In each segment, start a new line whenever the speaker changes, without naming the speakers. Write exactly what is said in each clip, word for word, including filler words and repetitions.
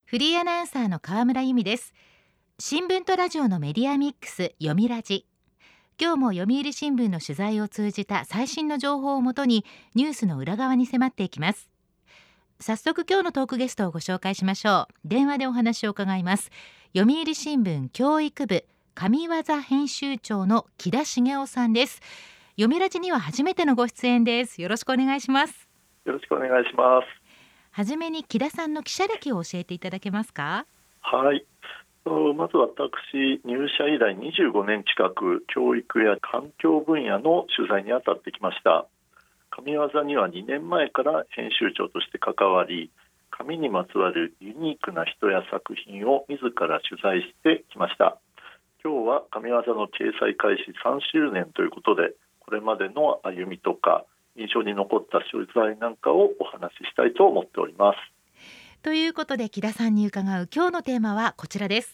フリーアナウンサーの河村由美です。新聞とラジオのメディアミックス読みラジ。今日も読売新聞の取材を通じた最新の情報をもとにニュースの裏側に迫っていきます。早速今日のトークゲストをご紹介しましょう。電話でお話を伺います。読売新聞教育部神業編集長の木田茂雄さんです。読みラジには初めてのご出演です。よろしくお願いします。
よろしくお願いします。
はじめに木田さんの記者歴を教えていただけますか？
はい、まず私入社以来にじゅうごねん近く教育や環境分野の取材に当たってきました。神業にはにねんまえから編集長として関わり、紙にまつわるユニークな人や作品を自ら取材してきました。今日は神業の掲載開始さんしゅうねんということで、これまでの歩みとか印象に残った取材なんかをお話ししたいと思っております。
ということで木田さんに伺う今日のテーマはこちらです。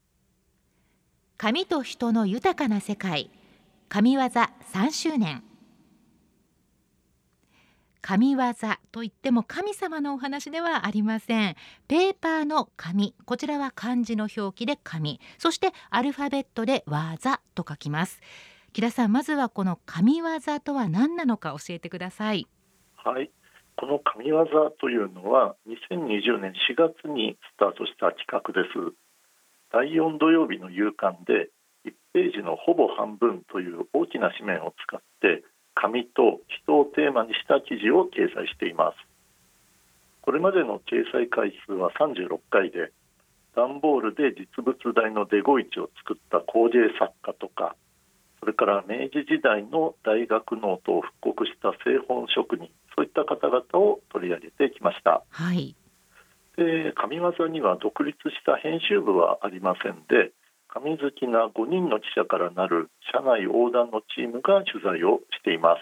紙と人の豊かな世界、神業さんしゅうねん。神業といっても神様のお話ではありません。ペーパーの紙、こちらは漢字の表記で紙、そしてアルファベットで技と書きます。木田さん、まずはこの神業とは何なのか教えてください。
はい、この神業というのはにせんにじゅうねんしがつにスタートした企画です。だいよん土曜日の夕刊でいちページのほぼ半分という大きな紙面を使って紙と人をテーマにした記事を掲載しています。これまでの掲載回数はさんじゅうろっかいで、段ボールで実物大のデゴイチを作った工芸作家とか、それから明治時代の大学ノートを復刻した製本職人、そういった方々を取り上げてきました。
はい。
で、神業には独立した編集部はありませんで、紙好きなごにんの記者からなる社内横断のチームが取材をしています。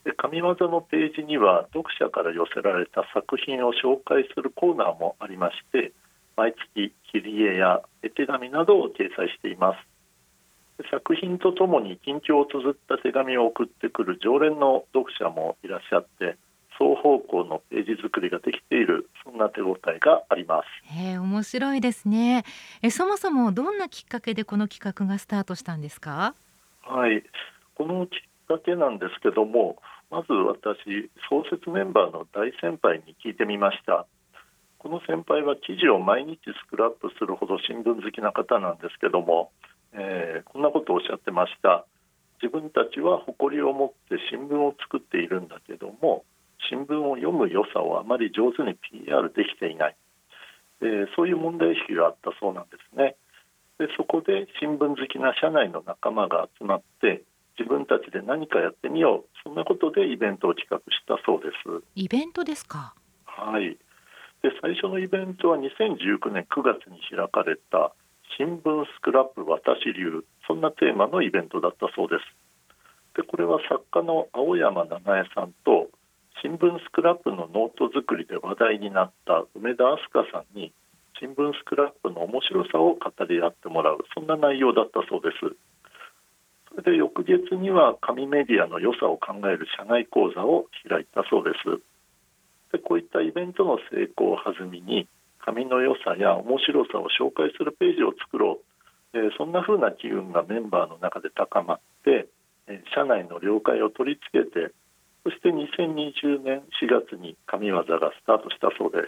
で、神業のページには読者から寄せられた作品を紹介するコーナーもありまして、毎月切り絵や絵手紙などを掲載しています。作品とともに近況を綴った手紙を送ってくる常連の読者もいらっしゃって、双方向のページ作りができている、そんな手応えがあります。
へえ、面白いですね。えそもそもどんなきっかけでこの企画がスタートしたんですか？
はい、このきっかけなんですけども、まず私創設メンバーの大先輩に聞いてみました。この先輩は記事を毎日スクラップするほど新聞好きな方なんですけども、えー、こんなことをおっしゃってました。自分たちは誇りを持って新聞を作っているんだけども、新聞を読む良さをあまり上手に ピーアール できていない、えー、そういう問題意識があったそうなんですね。で、そこで新聞好きな社内の仲間が集まって自分たちで何かやってみよう、そんなことでイベントを企画したそうです。
イベントですか？
はい。で、最初のイベントはにせんじゅうきゅうねんくがつに開かれた新聞スクラップ私流、そんなテーマのイベントだったそうです。で、これは作家の青山七恵さんと新聞スクラップのノート作りで話題になった梅田明日香さんに新聞スクラップの面白さを語り合ってもらう、そんな内容だったそうです。それで翌月には紙メディアの良さを考える社内講座を開いたそうです。で、こういったイベントの成功を弾みに紙の良さや面白さを紹介するページを作ろう、えー、そんな風な機運がメンバーの中で高まって、えー、社内の了解を取り付けて、そしてにせんにじゅうねんしがつに神業がスタートしたそうです。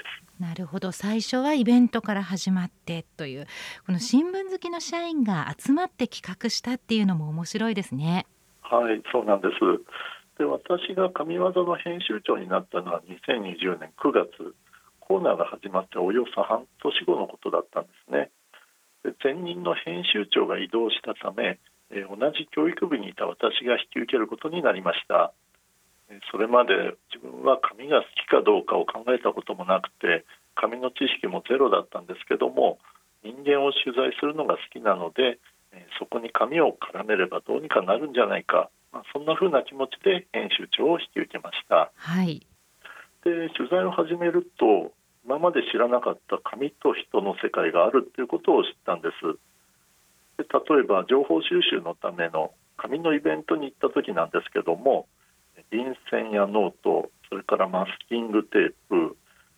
なるほど、最初はイベントから始まってという、この新聞好きの社員が集まって企画したっていうのも面白いですね。
はい、そうなんです。で、私が神業の編集長になったのはにせんにじゅうねんくがつ、コーナーが始まっておよそ半年後のことだったんですね。で、前任の編集長が異動したため、えー、同じ教育部にいた私が引き受けることになりました。それまで自分は紙が好きかどうかを考えたこともなくて、紙の知識もゼロだったんですけども、人間を取材するのが好きなので、そこに紙を絡めればどうにかなるんじゃないか、まあ、そんな風な気持ちで編集長を引き受けました。
はい。
で、取材を始めると今まで知らなかった紙と人の世界があるということを知ったんです。で、例えば情報収集のための紙のイベントに行った時なんですけども、便箋やノート、それからマスキングテープ、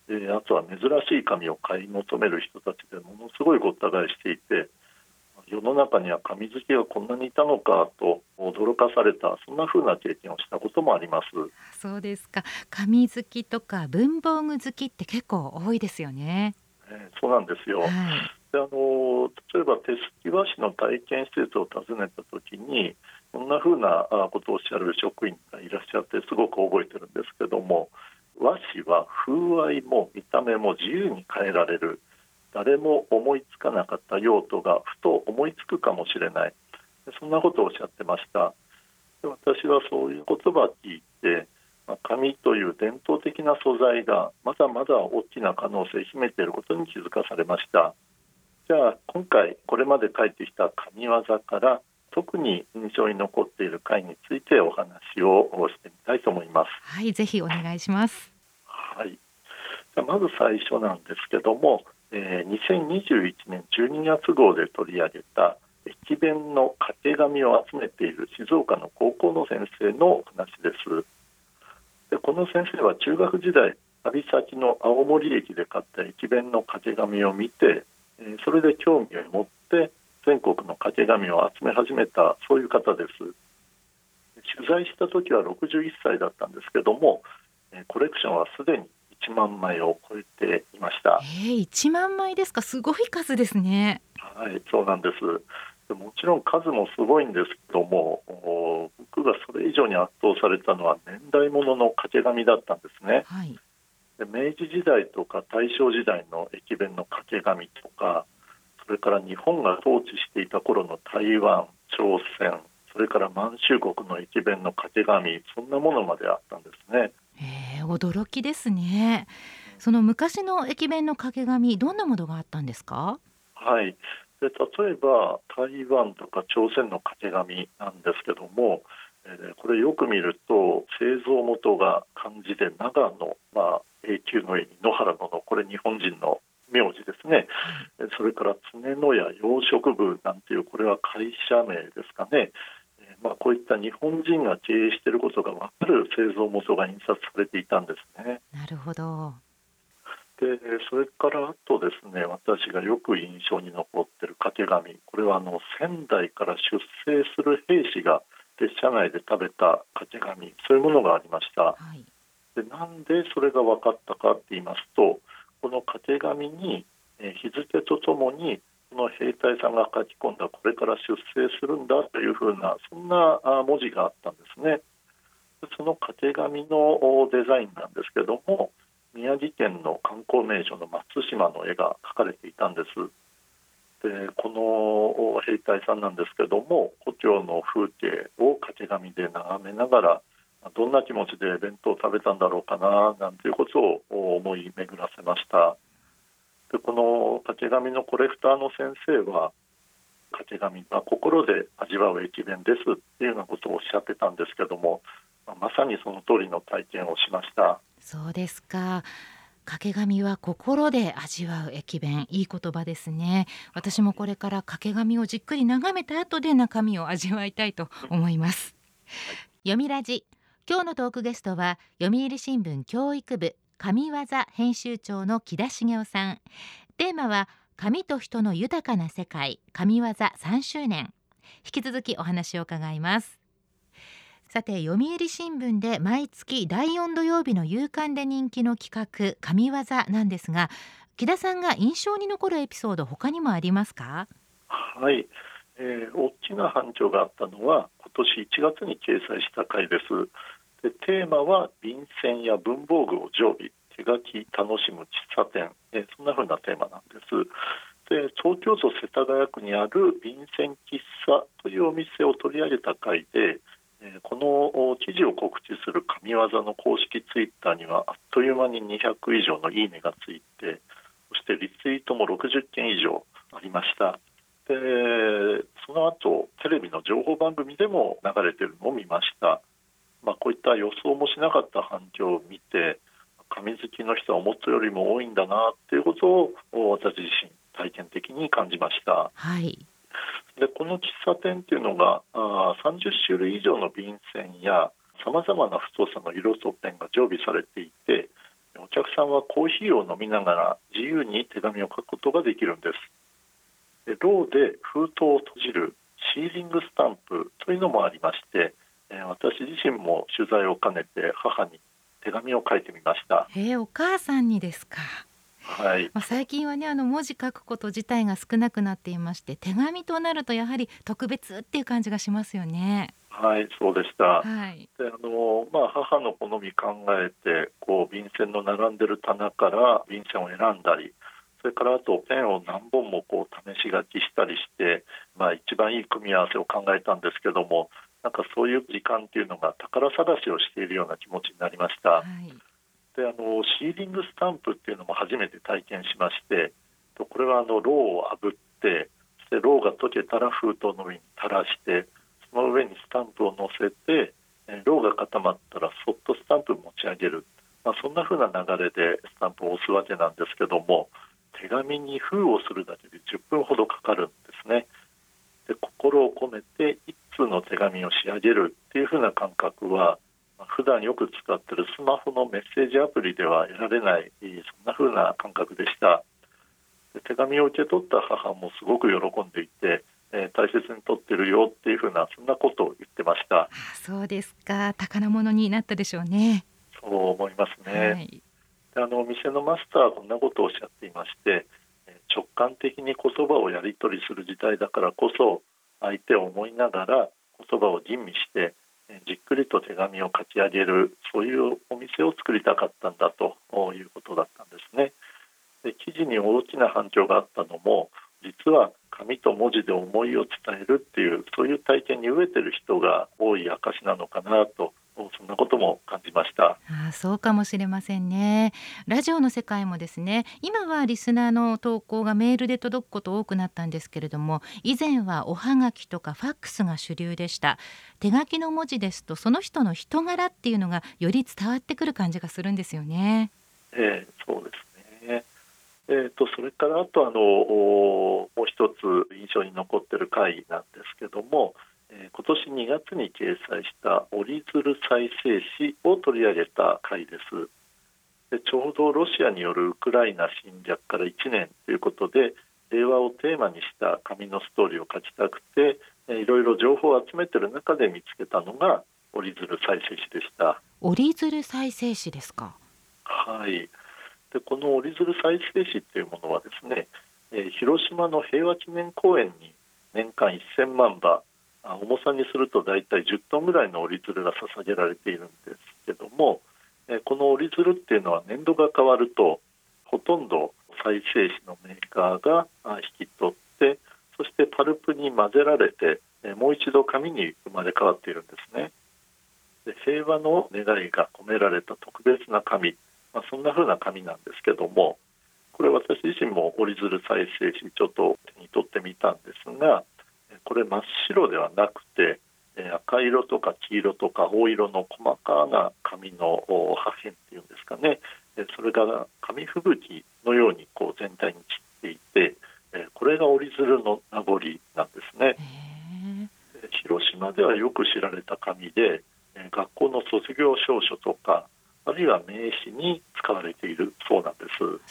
えー、あとは珍しい紙を買い求める人たちでものすごいごった返していて、世の中には紙好きがこんなにいたのかと驚かされた、そんな風な経験をしたこともあります。
そうですか。紙好きとか文房具好きって結構多いですよね。
えーそうなんですよ。
はい。
であの例えば手すき和紙の体験施設を訪ねた時にこんな風なあことをおっしゃる職員がいらっしゃってすごく覚えてるんですけども、和紙は風合いも見た目も自由に変えられる、誰も思いつかなかった用途がふと思いつくかもしれない、そんなことをおっしゃってました。で私はそういう言葉を聞いて、まあ紙という伝統的な素材がまだまだ大きな可能性を秘めていることに気づかされました。じゃあ今回これまで書いてきた神業から特に印象に残っている回についてお話をしてみたいと思います。
はい、ぜひお願いします。
はい、じゃあまず最初なんですけども、えー、にせんにじゅういちねんじゅうにがつ号で取り上げた駅弁の掛け紙を集めている静岡の高校の先生の話です。でこの先生は中学時代旅先の青森駅で買った駅弁の掛け紙を見て、えーそれで興味を持って全国の掛け紙を集め始めた、そういう方です。取材した時はろくじゅういっさいだったんですけども、えーコレクションはすでにいちまんまいを超えていました。
えー、いちまんまいですか。すごい数ですね。
はい、そうなんです。でもちろん数もすごいんですけども、お僕がそれ以上に圧倒されたのは年代物の掛け紙だったんですね。
はい。
で明治時代とか大正時代の駅弁の掛け紙とか、それから日本が統治していた頃の台湾、朝鮮、それから満州国の駅弁の掛け紙、そんなものまであったんですね。
えー、驚きですね。その昔の駅弁の掛け紙、どんなものがあったんですか？
はい、で例えば台湾とか朝鮮の掛け紙なんですけども、えーこれよく見ると製造元が漢字で長野、まあ、永久の永に野原の野、これ日本人の名字ですね。
はい。
えーそれから常野屋養殖部なんていう、これは会社名ですかね。えーまあ、こういった日本人が経営していることが分かる製造元が印刷されていたんですね。
なるほど。
でそれからあとですね、私がよく印象に残っている掛け紙、これはあの仙台から出征する兵士が列車内で食べた掛け紙、そういうものがありました。
はい。
でなんでそれが分かったかって言いますと、この掛け紙に、えー日付とともにこの兵隊さんが書き込んだこれから出征するんだというふうな、そんなあ文字があったんですね。でその掛け紙のおデザインなんですけども、宮城県の観光名所の松島の絵が描かれていたんです。でこの兵隊さんなんですけども、故郷の風景を掛け紙で眺めながら、どんな気持ちで弁当を食べたんだろうかななんていうことを思い巡らせました。でこの掛け紙のコレクターの先生は、掛け紙は心で味わう駅弁ですっていうようなことをおっしゃってたんですけども、まあまさにその通りの体験をしました。
そうですか。掛け紙は心で味わう駅弁、いい言葉ですね。私もこれから掛け紙をじっくり眺めた後で中身を味わいたいと思います。
はい、
読みラジ、今日のトークゲストは読売新聞教育部神業編集長の木田茂雄さん。テーマは紙と人の豊かな世界、神業さんしゅうねん。引き続きお話を伺います。さて、読売新聞で毎月だいよん土曜日の夕刊で人気の企画神業なんですが、木田さんが印象に残るエピソード、他にもありますか？
はい、えー大きな繁盛があったのは今年いちがつに掲載した回です。でテーマは便箋や文房具を常備、手書き楽しむ喫茶店、えーそんな風なテーマなんです。で東京都世田谷区にある便箋喫茶というお店を取り上げた回で、えーこの記事を告知する神業の公式ツイッターにはあっという間ににひゃく以上のいいねがついて、そしてリツイートもろくじゅっけん以上ありました。でその後テレビの情報番組でも流れているのを見ました。まあ、こういった予想もしなかった反響を見て、紙好きの人は思ったよりも多いんだなということを私自身体験的に感じました。
はい。
でこの喫茶店っていうのがあーさんじゅっしゅるい以上の便箋やさまざまな太さの色とペンが常備されていて、 お客さんはコーヒーを飲みながら自由に手紙を書くことができるんです。でろうで封筒を閉じるシーリングスタンプというのもありまして、えー私自身も取材を兼ねて母に手紙を書いてみました。
へえ、お母さんにですか。
はい、
まあ、最近はね、あの文字書くこと自体が少なくなっていまして、手紙となるとやはり特別っていう感じがしますよね。
はい、そうでした。
はい。
であのまあ、母の好み考えてこう便箋の並んでる棚から便箋を選んだり、それからあとペンを何本もこう試し書きしたりして、まあ、一番いい組み合わせを考えたんですけども、なんかそういう時間っていうのが宝探しをしているような気持ちになりました。
はい。
であのシーリングスタンプっていうのも初めて体験しまして、とこれはあのろうを炙って、そしてろうが溶けたら封筒の上に垂らして、その上にスタンプを乗せて、えーろうが固まったらそっとスタンプを持ち上げる、まあ、そんな風な流れでスタンプを押すわけなんですけども、手紙に封をするだけでじゅっぷんほどかかるんですね。で心を込めて一通の手紙を仕上げるっていう風な感覚は、まあ普段よく使っているスマホのメッセージアプリでは得られない、そんな風な感覚でした。で手紙を受け取った母もすごく喜んでいて、えー大切に取ってるよっていう風なそんなことを言ってました。
あ、そうですか。宝物になったでしょうね。
そう思いますね。
はい。
であのお店のマスターはこんなことをおっしゃっていまして、えー直感的に言葉をやり取りする時代だからこそ、相手を思いながら言葉を吟味して、えーじっくりと手紙を書き上げる、そういうお店を作りたかったんだということだったんですね。で記事に大きな反響があったのも、実は紙と文字で思いを伝えるっていう、そういう体験に飢えてる人が多い証なのかなと、そんなことも感じました。
ああ、そうかもしれませんね。ラジオの世界もですね、今はリスナーの投稿がメールで届くこと多くなったんですけれども、以前はおはがきとかファックスが主流でした。手書きの文字ですと、その人の人柄っていうのがより伝わってくる感じがするんですよね。
えーそうですね。えー、とそれからあとあのおもう一つ印象に残っている回なんですけども、えー今年にがつに掲載した折り鶴再生史を取り上げた回です。でちょうどロシアによるウクライナ侵略からいちねんということで、平和をテーマにした紙のストーリーを書きたくて、えーいろいろ情報を集めている中で見つけたのが折り鶴再生史でした。
折り鶴再生紙ですか。
はい。でこの折り鶴再生紙というものはですね、えー広島の平和記念公園に年間せんまんば、あ重さにするとだいたいじゅっトンぐらいの折り鶴が捧げられているんですけども、えーこの折り鶴っていうのは年度が変わるとほとんど再生紙のメーカーがあ引き取って、そしてパルプに混ぜられて、えーもう一度紙に生まれ変わっているんですね。で平和の願いが込められた特別な紙、まあ、そんな風な紙なんですけども、これ私自身も折り鶴再生紙ちょっと手に取ってみたんですが、これ真っ白ではなくて、えー赤色とか黄色とか青色の細かな紙のお破片っていうんですかね、えーそれが紙吹雪のようにこう全体に散っていて、えーこれが折り鶴の名残なんですね。
へえ。
えー広島ではよく知られた紙で、えー学校の卒業証書とかあるいは名刺に使われているそうなんです。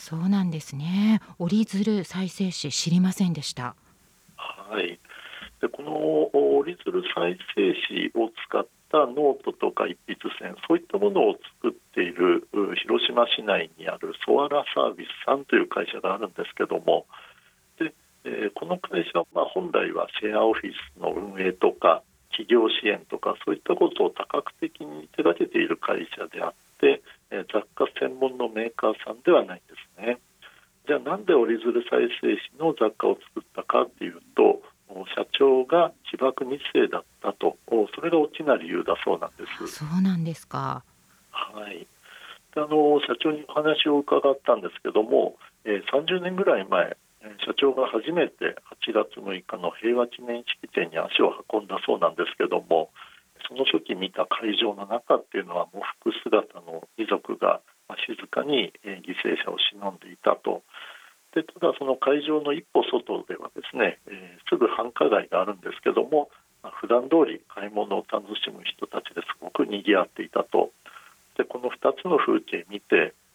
そうなんですね。折り鶴再生紙知りませんでした。
はい。でこの折り鶴再生紙を使ったノートとか一筆箋、そういったものを作っているう広島市内にあるソアラサービスさんという会社があるんですけども、で、えーこの会社は、まあ、本来はシェアオフィスの運営とか企業支援とかそういったことを多角的に手掛けている会社であって、えー雑貨専門のメーカーさんではないんですね。じゃあなんで折り鶴再生紙の雑貨を作ったかっていうと、社長が被爆に世だったと、それが大きな理由だそうなんです。
そうなんですか。
はい。であの社長にお話を伺ったんですけども、えーさんじゅうねんぐらい前、えー社長が初めてはちがつむいかの平和記念式典に足を運んだそうなんですけども、その時見た会場の中っていうのは喪服姿の遺族がまあ静かにえー犠牲者を偲んでいたと。でただその会場の一歩外ではですね、えーすぐ繁華街があるんですけども、まあ普段通り買い物を楽しむ人たちですごく賑わっていたと。でこのふたつの風景見て、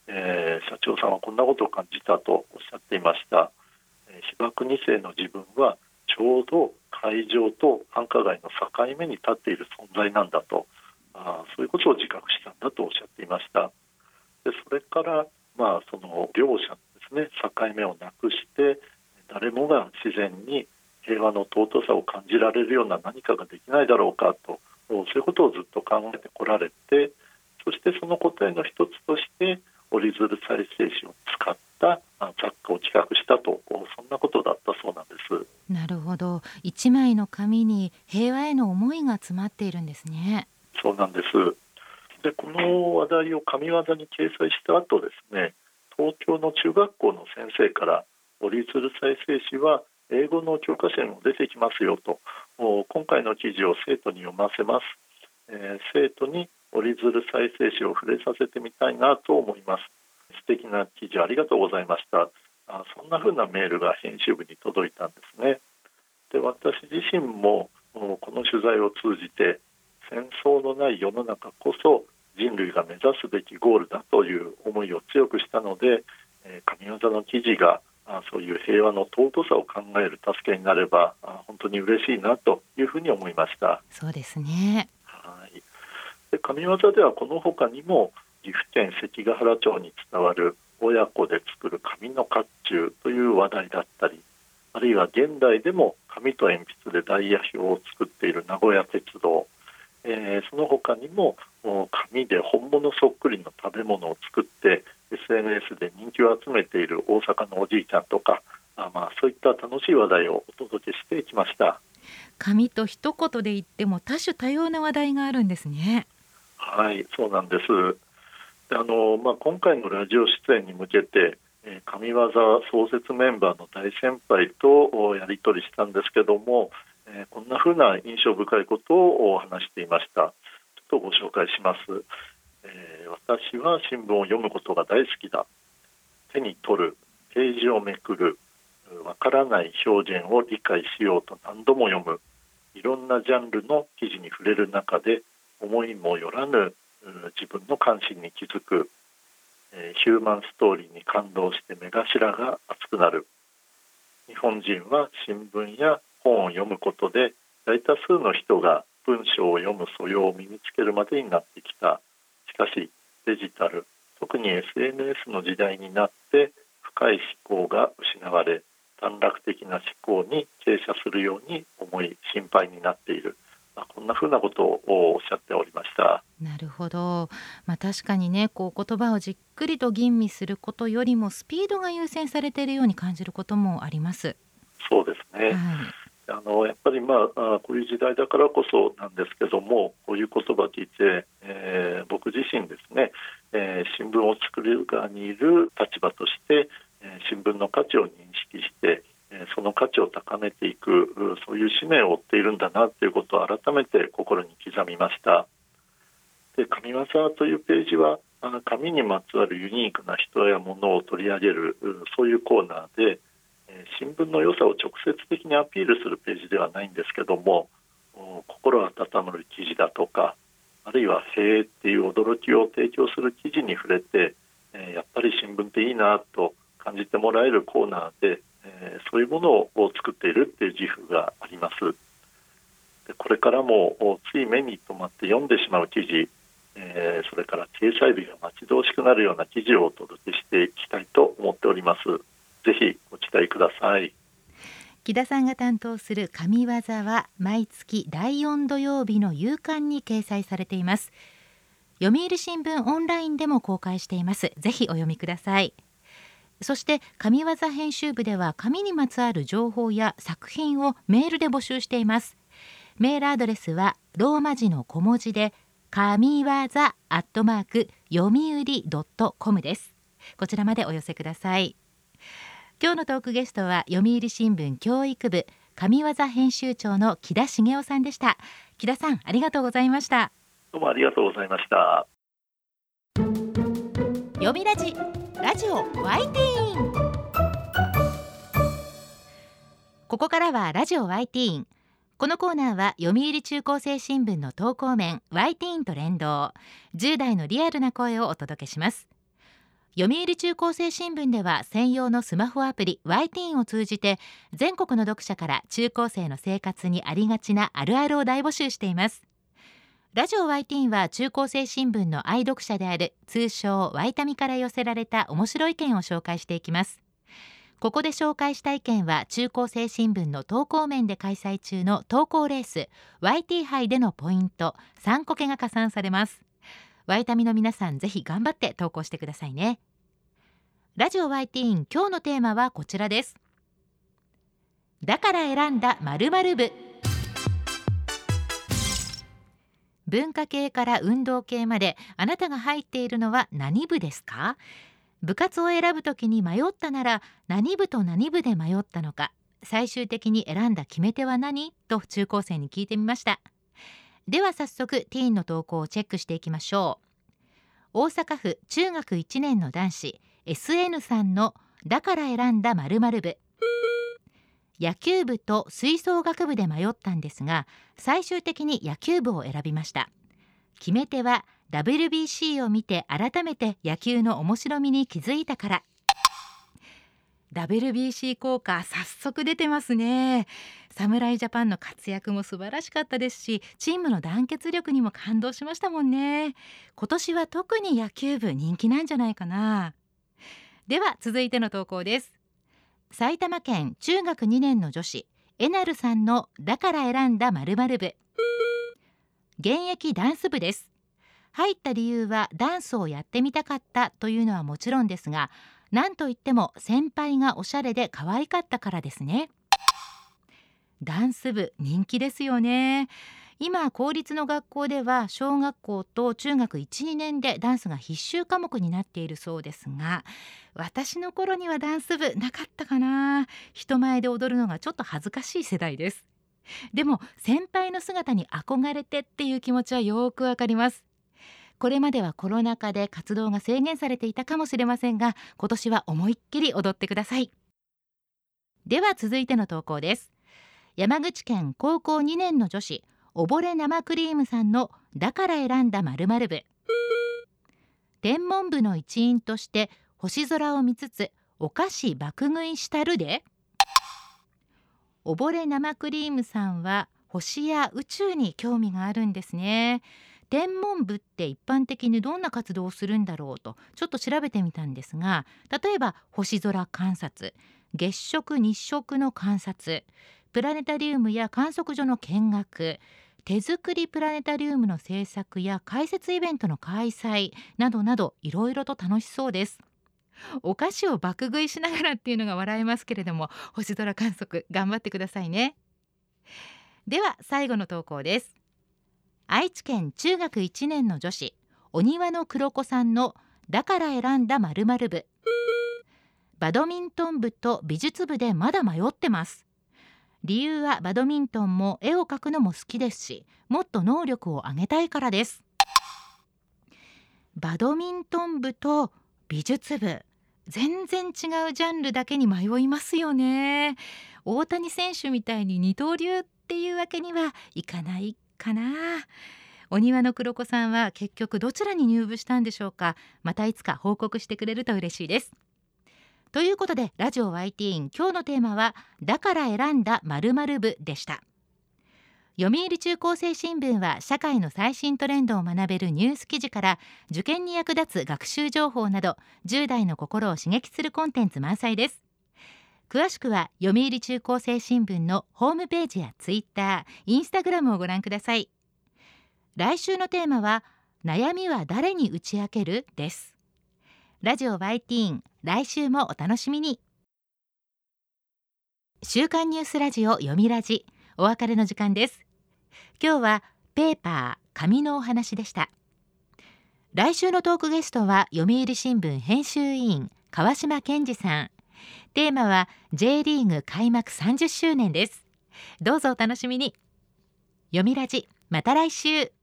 えー、社長さんはこんなことを感じたとおっしゃっていました。えー、被爆に世の自分はちょうど海上と繁華街の境目に立っている存在なんだと、あそういうことを自覚したんだとおっしゃっていました。でそれから、まあ、その両者ですね、境目をなくして誰もが自然に平和の尊さを感じられるような何かができないだろうかと、そういうことをずっと考えてこられて、そしてその答えの一つとして折り鶴再生紙を使った雑貨を企画したと、そんなことだったそうなんです。
なるほど、一枚の紙に平和への思いが詰まっているんですね。
そうなんです。でこの話題を神業に掲載した後ですね、東京の中学校の先生から折り鶴再生紙は英語の教科書にも出てきますよと、今回の記事を生徒に読ませます、えー、生徒に折り鶴再生紙を触れさせてみたいなと思います。素敵な記事ありがとうございました。あそんな風なメールが編集部に届いたんですね。で私自身もこの取材を通じて戦争のない世の中こそ人類が目指すべきゴールだという思いを強くしたので、えー、神業の記事があそういう平和の尊さを考える助けになればあ本当に嬉しいなというふうに思いました。
そうですね。
はい。で神業ではこの他にも岐阜県関ヶ原町に伝わる親子で作る紙の甲冑という話題だったり、あるいは現代でも紙と鉛筆でダイヤ表を作っている名古屋鉄道、えー、その他にも紙で本物そっくりの食べ物を作って エスエヌエス で人気を集めている大阪のおじいちゃんとか、あ、まあ、そういった楽しい話題をお届けしてきました。
紙と一言で言っても多種多様な話題があるんですね。
はい、そうなんです。であの、まあ、今回のラジオ出演に向けてえー、神業創設メンバーの大先輩とやり取りしたんですけども、えー、こんな風な印象深いことを話していました。ちょっとご紹介します。えー、私は新聞を読むことが大好きだ。手に取る、ページをめくる、わからない表現を理解しようと何度も読む、いろんなジャンルの記事に触れる中で思いもよらぬ自分の関心に気づく、ヒューマンストーリーに感動して目頭が熱くなる。日本人は新聞や本を読むことで大多数の人が文章を読む素養を身につけるまでになってきた。しかしデジタル、特に エスエヌエス の時代になって深い思考が失われ、短絡的な思考に傾斜するように思い心配になっている。こんなふうなことをおっしゃっておりました。
なるほど、まあ、確かにね、こう言葉をじっくりと吟味することよりもスピードが優先されているように感じることもあります。
そうですね、はい、あのやっぱり、まあ、こういう時代だからこそなんですけども、こういう言葉を聞いて、えー、僕自身ですね、えー、新聞を作る側にいる立場として、えー、新聞の価値を認識してその価値を高めていく、そういう使命を負っているんだなということを改めて心に刻みました。で神業というページは紙にまつわるユニークな人や物を取り上げる、そういうコーナーで新聞の良さを直接的にアピールするページではないんですけども、心温まる記事だとか、あるいはへーっていう驚きを提供する記事に触れて、やっぱり新聞っていいなと感じてもらえるコーナーで、えー、そういうものを作っているっていう自負があります。でこれからもつい目に留まって読んでしまう記事、えー、それから掲載日が待ち遠しくなるような記事をお届けしていきたいと思っております。ぜひご期待ください。
木田さんが担当する神業は毎月だいよん土曜日の夕刊に掲載されています。読売新聞オンラインでも公開しています。ぜひお読みください。そして神業編集部では紙にまつわる情報や作品をメールで募集しています。メールアドレスはローマ字の小文字で神業アットマーク読売ドットコムです。こちらまでお寄せください。今日のトークゲストは読売新聞教育部神業編集長の木田茂雄さんでした。木田さん、ありがとうございました。
どうもありがとうございました。
読みラジラジオワイティーン。ここからはラジオワイティーン。このコーナーは読売中高生新聞の投稿面ワイティーンと連動、じゅう代のリアルな声をお届けします。 読売中高生新聞では専用のスマホアプリ ワイティーン を通じて全国の読者から中高生の生活にありがちなあるあるを大募集しています。ラジオ ワイティーン は中高生新聞の愛読者である通称ワイタミから寄せられた面白い意見を紹介していきます。ここで紹介した意見は中高生新聞の投稿面で開催中の投稿レース ワイティー 杯でのポイントさんこけが加算されます。ワイタミの皆さん、ぜひ頑張って投稿してくださいね。ラジオ ワイティーン、今日のテーマはこちらです。だから選んだ〇〇部。文化系から運動系まで、あなたが入っているのは何部ですか？部活を選ぶときに迷ったなら、何部と何部で迷ったのか、最終的に選んだ決め手は何？と中高生に聞いてみました。では早速ティーンの投稿をチェックしていきましょう。大阪府中学いちねんの男子 エスエヌ さんのだから選んだ〇〇部。野球部と吹奏楽部で迷ったんですが、最終的に野球部を選びました。決め手は ダブリュービーシー を見て改めて野球の面白みに気づいたから。ダブリュービーシー 効果早速出てますね。侍ジャパンの活躍も素晴らしかったですし、チームの団結力にも感動しましたもんね。今年は特に野球部人気なんじゃないかな。では続いての投稿です。埼玉県中学にねんの女子えなるさんのだから選んだ〇〇部。現役ダンス部です。入った理由はダンスをやってみたかったというのはもちろんですが、なんといっても先輩がおしゃれで可愛かったからですね。ダンス部人気ですよね。今公立の学校では小学校と中学いち、にねんでダンスが必修科目になっているそうですが、私の頃にはダンス部なかったかな。人前で踊るのがちょっと恥ずかしい世代です。でも先輩の姿に憧れてっていう気持ちはよくわかります。これまではコロナ禍で活動が制限されていたかもしれませんが、今年は思いっきり踊ってください。では続いての投稿です。山口県高校にねんの女子おぼれ生クリームさんのだから選んだ〇〇部。天文部の一員として星空を見つつお菓子爆食いしたるで。おぼれ生クリームさんは星や宇宙に興味があるんですね。天文部って一般的にどんな活動をするんだろうとちょっと調べてみたんですが、例えば星空観察、月食日食の観察、プラネタリウムや観測所の見学、手作りプラネタリウムの制作や解説イベントの開催などなど、いろいろと楽しそうです。お菓子を爆食いしながらっていうのが笑えますけれども、星空観測頑張ってくださいね。では最後の投稿です。愛知県中学いちねんの女子お庭の黒子さんのだから選んだ〇〇部。バドミントン部と美術部でまだ迷ってます。理由はバドミントンも絵を描くのも好きですし、もっと能力を上げたいからです。バドミントン部と美術部、全然違うジャンルだけに迷いますよね。大谷選手みたいに二刀流っていうわけにはいかないかな。お庭の黒子さんは結局どちらに入部したんでしょうか。またいつか報告してくれると嬉しいです。ということでラジオ ワイティーン、今日のテーマはだから選んだ〇〇部でした。読売中高生新聞は社会の最新トレンドを学べるニュース記事から受験に役立つ学習情報などじゅう代の心を刺激するコンテンツ満載です。詳しくは読売中高生新聞のホームページやツイッター、インスタグラムをご覧ください。来週のテーマは悩みは誰に打ち明けるです。ラジオ ワイティーン、来週もお楽しみに。週刊ニュースラジオ読みラジ、お別れの時間です。今日はペーパー紙のお話でした。来週のトークゲストは読売新聞編集委員川島健二さん。テーマは J リーグ開幕さんじゅっしゅうねんです。どうぞお楽しみに。読みラジ、また来週。